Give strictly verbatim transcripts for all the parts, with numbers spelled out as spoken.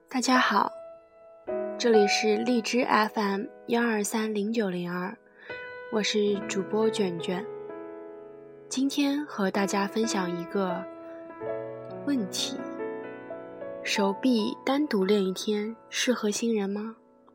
大家好，这里是荔枝 F M 幺二三零九零二，我是主播卷卷。今天和大家分享一个问题：手臂单独练一天适合新人吗？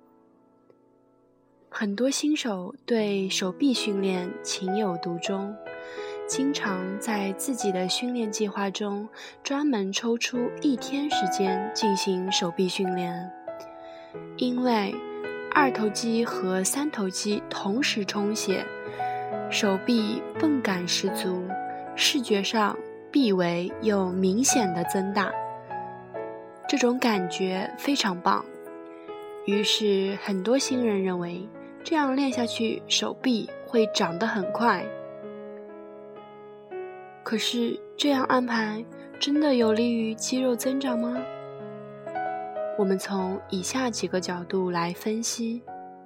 很多新手对手臂训练情有独钟，经常在自己的训练计划中专门抽出一天时间进行手臂训练。因为二头肌和三头肌同时充血，手臂泵感十足，视觉上臂围又明显的增大，这种感觉非常棒。于是很多新人认为这样练下去手臂会长得很快。可是这样安排真的有利于肌肉增长吗？我们从以下几个角度来分析。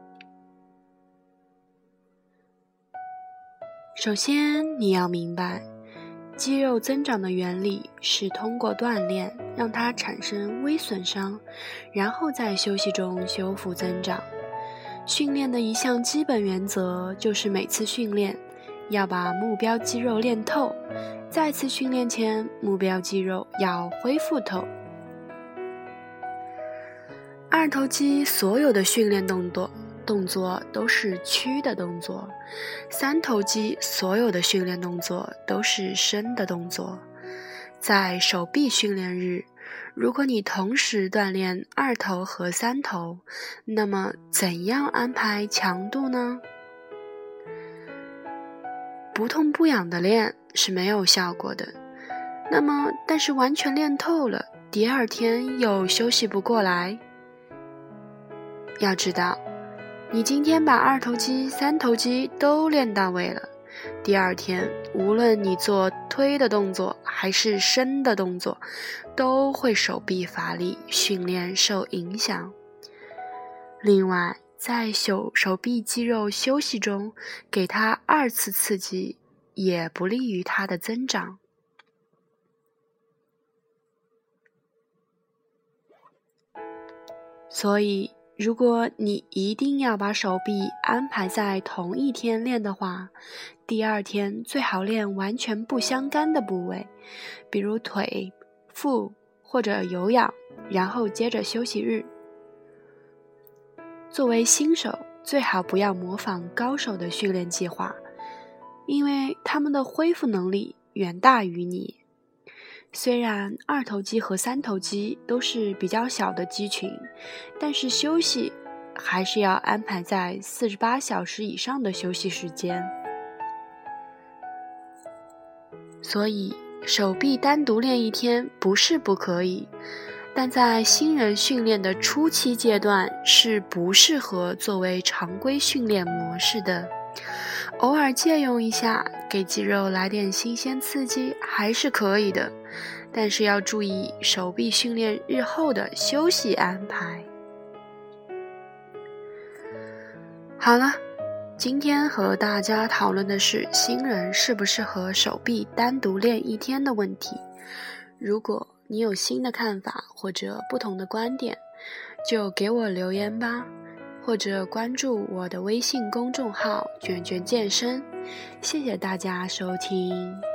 首先，你要明白，肌肉增长的原理是通过锻炼让它产生微损伤，然后在休息中修复增长。训练的一项基本原则就是每次训练要把目标肌肉练透，再次训练前目标肌肉要恢复透。二头肌所有的训练动作动作都是屈的动作，三头肌所有的训练动作都是伸的动作。在手臂训练日，如果你同时锻炼二头和三头，那么怎样安排强度呢？不痛不痒的练是没有效果的，那么但是完全练透了，第二天又休息不过来。要知道，你今天把二头肌、三头肌都练到位了，第二天无论你做推的动作还是伸的动作，都会手臂乏力，训练受影响。另外，在手手臂肌肉休息中给它二次刺激，也不利于它的增长。所以如果你一定要把手臂安排在同一天练的话，第二天最好练完全不相干的部位，比如腿、腹或者有氧，然后接着休息日。作为新手，最好不要模仿高手的训练计划，因为他们的恢复能力远大于你。虽然二头肌和三头肌都是比较小的肌群，但是休息还是要安排在四十八小时以上的休息时间。所以手臂单独练一天不是不可以，但在新人训练的初期阶段是不适合作为常规训练模式的。偶尔借用一下，给肌肉来点新鲜刺激还是可以的，但是要注意手臂训练日后的休息安排。好了，今天和大家讨论的是新人适不适合手臂单独练一天的问题。如果你有新的看法或者不同的观点，就给我留言吧，或者关注我的微信公众号卷卷健身。谢谢大家收听。